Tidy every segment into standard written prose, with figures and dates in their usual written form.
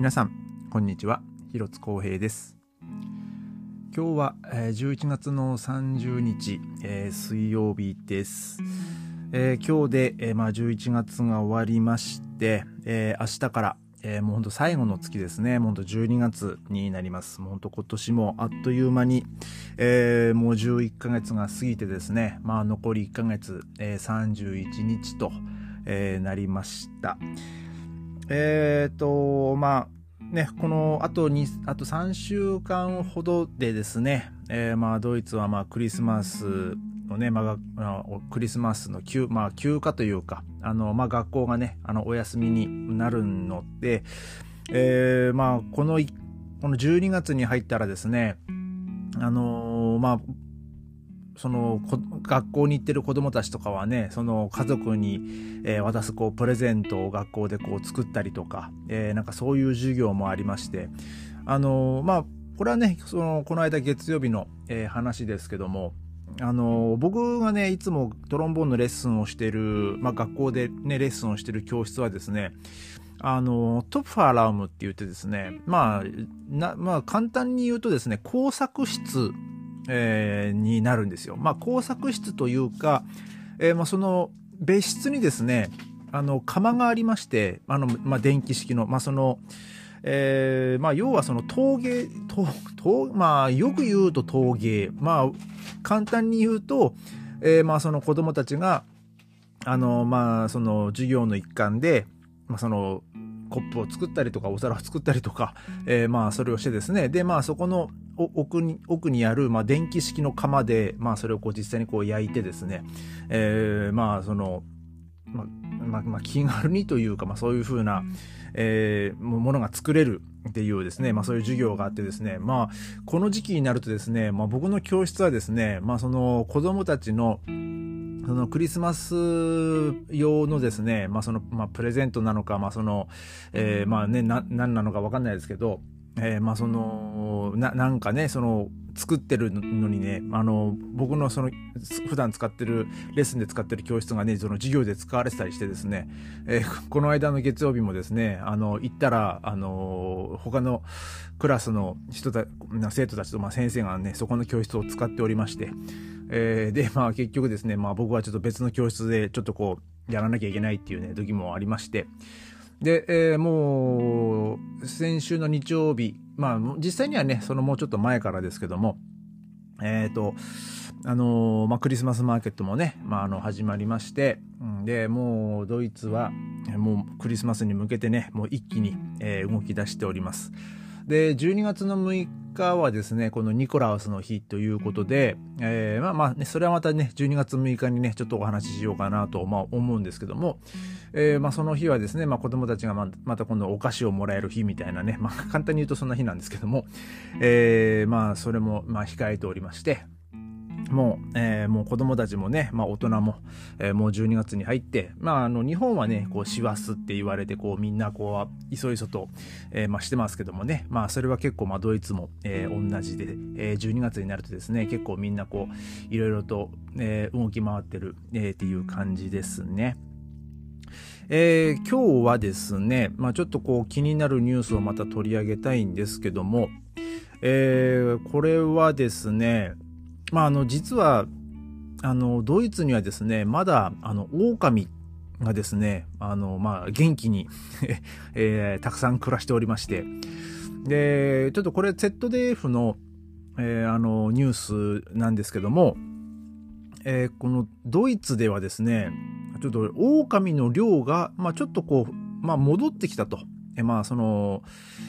皆さんこんにちは、広津光平です。今日は11月の30日、水曜日です。今日で11月が終わりまして、明日からもうほんと最後の月ですね。もうほんと12月になります。もうほんと今年もあっという間に、もう11ヶ月が過ぎてですね、残り1ヶ月、31日と、なりました。このあと3週間ほどでですね、ドイツはクリスマスのね、クリスマスの休暇というか、学校がね、お休みになるので、この12月に入ったらですね、その学校に行ってる子どもたちとかはね、その家族に、渡すプレゼントを学校で作ったりとか、なんかそういう授業もありまして、これはね、この間月曜日の、話ですけども、僕がねいつもトロンボーンのレッスンをしている、学校でねレッスンをしている教室はですね、トッファーラウムって言ってですね、簡単に言うとですね、工作室になるんですよ。工作室というか、その別室にですね、窯がありまして、電気式の、要はその陶芸、よく言うと陶芸、簡単に言うと、その子供たちが、その授業の一環で、そのコップを作ったりとかお皿を作ったりとか、それをしてですね、でそこの奥にある、電気式の窯で、それを実際に焼いてですね、気軽にというか、そういう風な、ものが作れるっていうですね、そういう授業があってですね、この時期になるとですね、僕の教室はですね、その子供たちのそのクリスマス用のですね、プレゼントなのか、何なのか分かんないですけど、なんかね、その作ってるのにね、僕のその普段使ってるレッスンで使ってる教室がね、その授業で使われてたりしてですね、この間の月曜日もですね、行ったら他のクラスの生徒たちと先生がね、そこの教室を使っておりまして、で結局ですね、僕はちょっと別の教室でちょっとやらなきゃいけないっていうね時もありまして、で、もう先週の日曜日、実際にはねそのもうちょっと前からですけども、クリスマスマーケットもね、始まりまして、でもうドイツはもうクリスマスに向けてね、もう一気に、動き出しております。で12月の6日はですね、このニコラウスの日ということで、それはまたね12月6日にねちょっとお話ししようかなと思うんですけども、その日はですね、子供たちがまた今度お菓子をもらえる日みたいなね、簡単に言うとそんな日なんですけども、それも控えておりまして、もう子供たちもね、大人も、もう12月に入って、日本はね師走って言われてみんないそいそと、してますけどもね、それは結構ドイツも、同じで、12月になるとですね、結構みんないろいろと、動き回ってる、っていう感じですね。今日はですね、ちょっと気になるニュースをまた取り上げたいんですけども、これはですね、実はドイツにはですね、まだ狼がですね、元気に、たくさん暮らしておりまして、でちょっとこれ ZDF の、ニュースなんですけども、このドイツではですね、ちょっと狼の量がちょっと戻ってきたと、その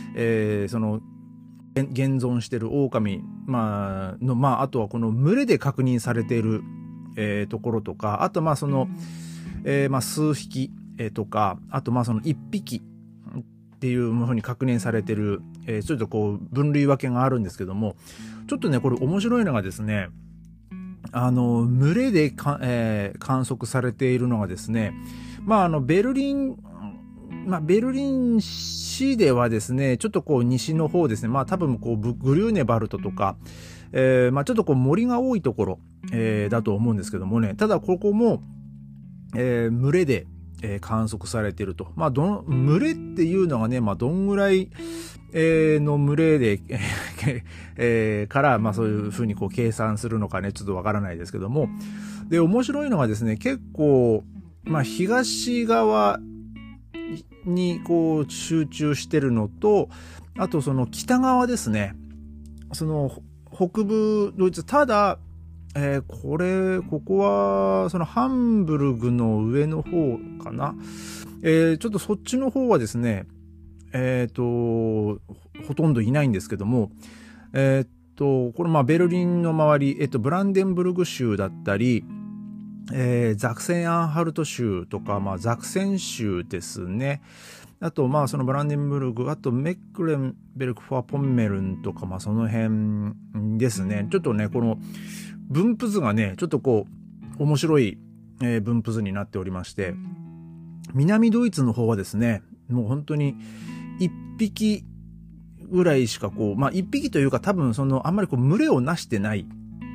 現存している狼、あとはこの群れで確認されている、ところとか、あと数匹、とか、あとその1匹っていうふうに確認されている、ちょっと分類分けがあるんですけども、ちょっとねこれ面白いのがですね、群れで観測されているのがですね、ベルリン市ではですね、ちょっと西の方ですね、多分グリューネバルトとか、ちょっと森が多いところ、だと思うんですけどもね、ただここも、群れで、 観測されていると。群れっていうのがね、どんぐらい、の群れで、から、そういうふうにこう計算するのかね、ちょっとわからないですけども。で、面白いのがですね、結構、東側にこう集中してるのと、あとその北側ですね。その北部ドイツ、ただ、ここは、そのハンブルグの上の方かな。ちょっとそっちの方はですね、ほとんどいないんですけども、これベルリンの周り、ブランデンブルグ州だったり、ザクセンアンハルト州とか、ザクセン州ですね。あと、そのブランデンブルグ、あとメックレンベルク・フォア・ポンメルンとか、その辺ですね。ちょっとね、この分布図がね、ちょっとこう、面白い、分布図になっておりまして、南ドイツの方はですね、もう本当に一匹ぐらいしかこう、一匹というか多分あんまりこう群れをなしてない、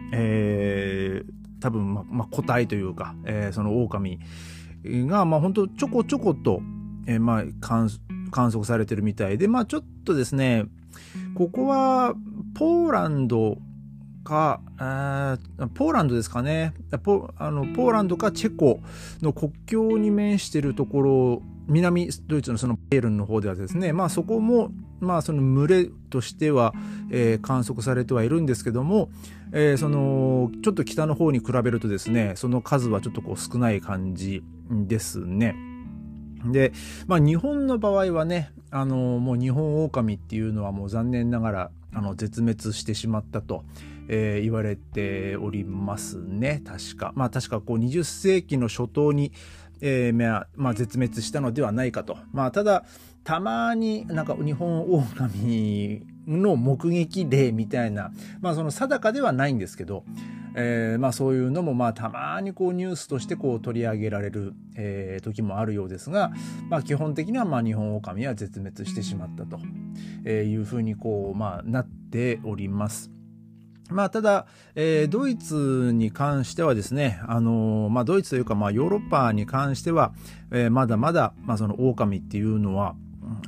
多分個体というか、その狼が本当ちょこちょこと、観測されてるみたいで、ちょっとですね、ここはポーランドか、ポーランドですかね。ポーランドかチェコの国境に面しているところ、南ドイツのそのベールンの方ではですね、そこも、その群れとしては、観測されてはいるんですけども、ちょっと北の方に比べるとですね、その数はちょっとこう少ない感じですね。で、日本の場合はね、もうニホンオオカミっていうのはもう残念ながら絶滅してしまったと、言われておりますね。確かこう20世紀の初頭に、絶滅したのではないかと。ただたまになんかニホンオオカミの目撃例みたいな、その定かではないんですけど、そういうのもたまにこうニュースとしてこう取り上げられる、時もあるようですが、基本的にはニホンオオカミは絶滅してしまったと、いうふうにこうなっております。ただ、ドイツに関してはですね、ドイツというかヨーロッパに関しては、まだまだ、その狼っていうのは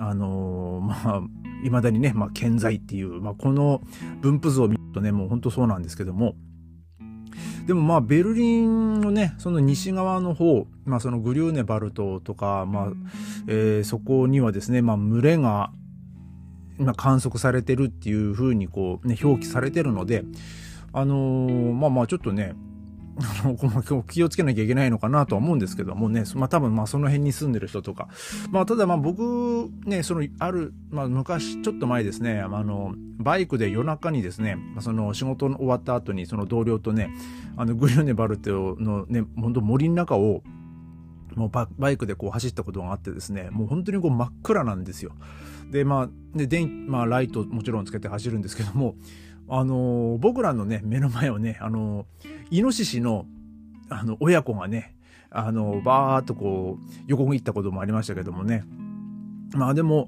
未だにね、健在っていう、この分布図を見るとね、もう本当そうなんですけども、でもベルリンのね、その西側の方、そのグリューネバルトとか、そこにはですね、群れが観測されてるっていう風にこうね、表記されてるので、ちょっとね、気をつけなきゃいけないのかなとは思うんですけどもね、多分その辺に住んでる人とか、ただ僕ね、昔ちょっと前ですね、バイクで夜中にですね、その仕事終わった後にその同僚とね、グリューネバルトのね、本当森の中をもうバイクでこう走ったことがあってですね、もう本当にこう真っ暗なんですよ。でライトもちろんつけて走るんですけども、僕らのね目の前をね、イノシシの親子がね、バーっとこう横切ったこともありましたけどもね。でも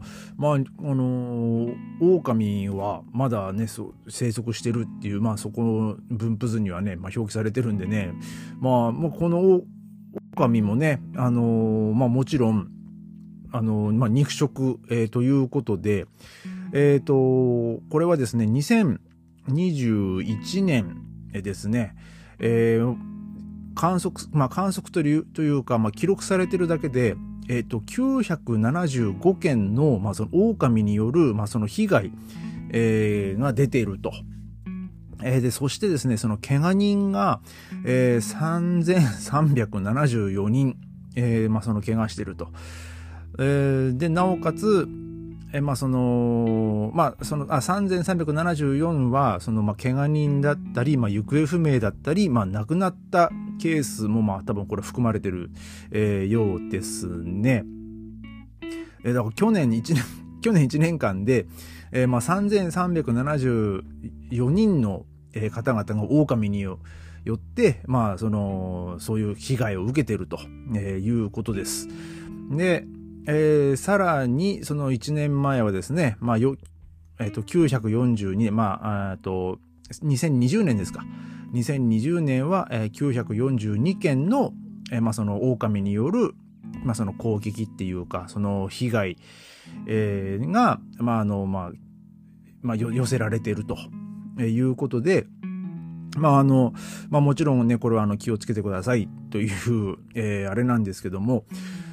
狼はまだね生息してるっていう、そこの分布図にはね、表記されてるんでね、もうこの狼もね、もちろん肉食、ということで、これはですね、2021年ですね、観測というか、記録されてるだけで、975件の、その狼による、その被害、が出ていると。で、そしてですね、その怪我人が、3374人、その怪我していると。で、なおかつ、3374は、怪我人だったり、行方不明だったり、亡くなったケースも、多分これ含まれてる、ようですね。だから去年1年間で、3374人の方々が狼によって、そういう被害を受けているということです。で、さらにその1年前はですね、942年、2020年ですか。2020年は、942件の、その狼によるその攻撃っていうか、その被害、が、寄せられているということで、もちろんね、これは気をつけてくださいという、あれなんですけども、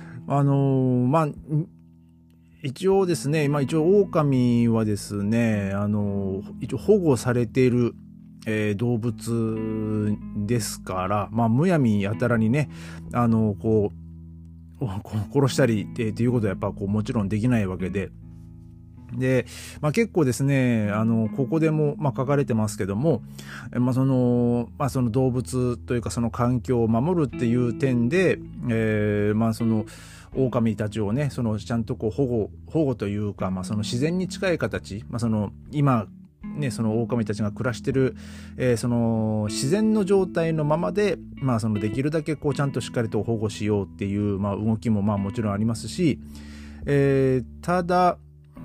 一応ですね、一応狼はですね、一応保護されている、動物ですから、むやみやたらにね、殺したりっていうことはやっぱもちろんできないわけで、で、結構ですね、ここでも、書かれてますけども、その動物というかその環境を守るっていう点で、その狼たちをね、ちゃんと保護というか、その自然に近い形、今、ね、その狼たちが暮らしてる、その自然の状態のままで、できるだけちゃんとしっかりと保護しようっていう、動きももちろんありますし、ただ、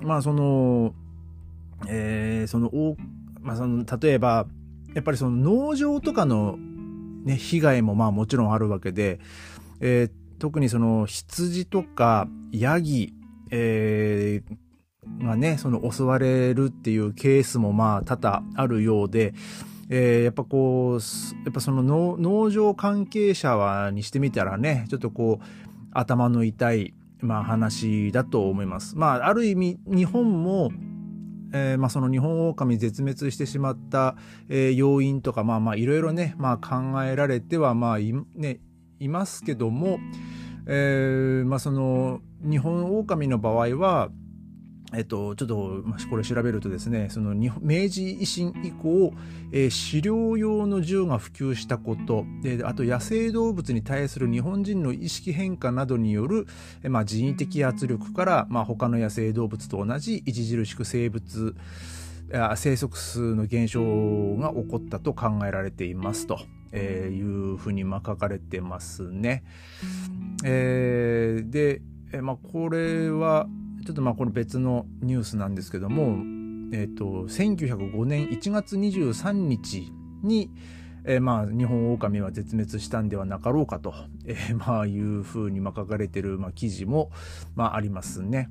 例えば、やっぱりその農場とかのね、被害ももちろんあるわけで、特にその羊とかヤギ、がね、襲われるっていうケースも多々あるようで、やっぱその農場関係者にしてみたらね、ちょっと頭の痛い話だと思います。ある意味日本も、その日本狼絶滅してしまった、要因とかいろいろね、考えられてはいますけども、その日本狼の場合はちょっとこれ調べるとですね、その明治維新以降、狩猟用の銃が普及したことで、あと野生動物に対する日本人の意識変化などによる、人為的圧力から、他の野生動物と同じ著しく生息数の減少が起こったと考えられていますと、いうふうに書かれてますね。で、これはちょっとこれ別のニュースなんですけども、1905年1月23日に、日本狼は絶滅したんではなかろうかと、いうふうに書かれている、記事も、ありますね。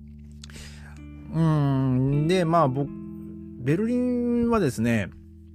で、ベルリンはですね、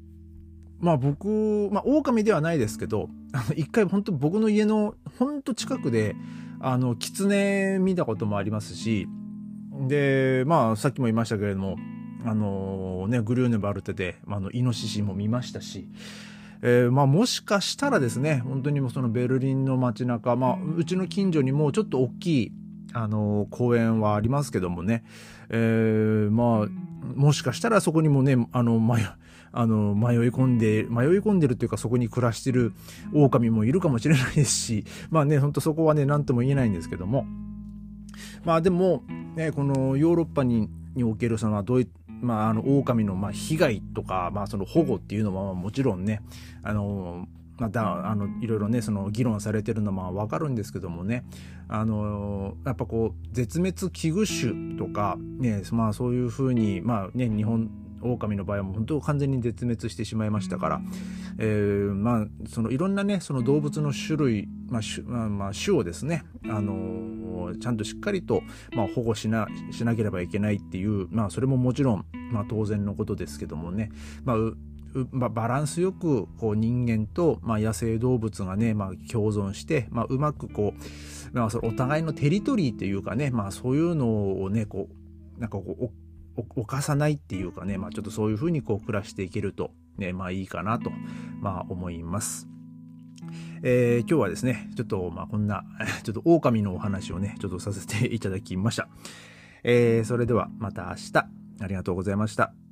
僕、狼ではないですけど、一回本当僕の家の本当近くで、狐見たこともありますし、で、さっきも言いましたけれども、グリューネバルテで、イノシシも見ましたし、もしかしたらですね、本当にそのベルリンの街中、うちの近所にもちょっと大きい、公園はありますけどもね、もしかしたらそこにもね、迷い込んでるというか、そこに暮らしてる狼もいるかもしれないですし、本当そこはね、なんとも言えないんですけども、でも、ね、このヨーロッパにおけるその狼の被害とか、その保護っていうのはもちろんね、いろいろね、その議論されてるのはわかるんですけどもね、やっぱ絶滅危惧種とかね、そういうふうに日本狼の場合はもう本当に完全に絶滅してしまいましたから、そのいろんなね、その動物の種類、種をですね、ちゃんとしっかりと、保護しなければいけないっていう、それももちろん、当然のことですけどもね、バランスよく人間と、野生動物がね、共存して、うまくそのお互いのテリトリーというかね、そういうのをね、犯さないっていうかね、ちょっとそういうふうに暮らしていけると、ね、いいかなと、思います。今日はですね、ちょっとこんなちょっと狼のお話をね、ちょっとさせていただきました。それではまた明日、ありがとうございました。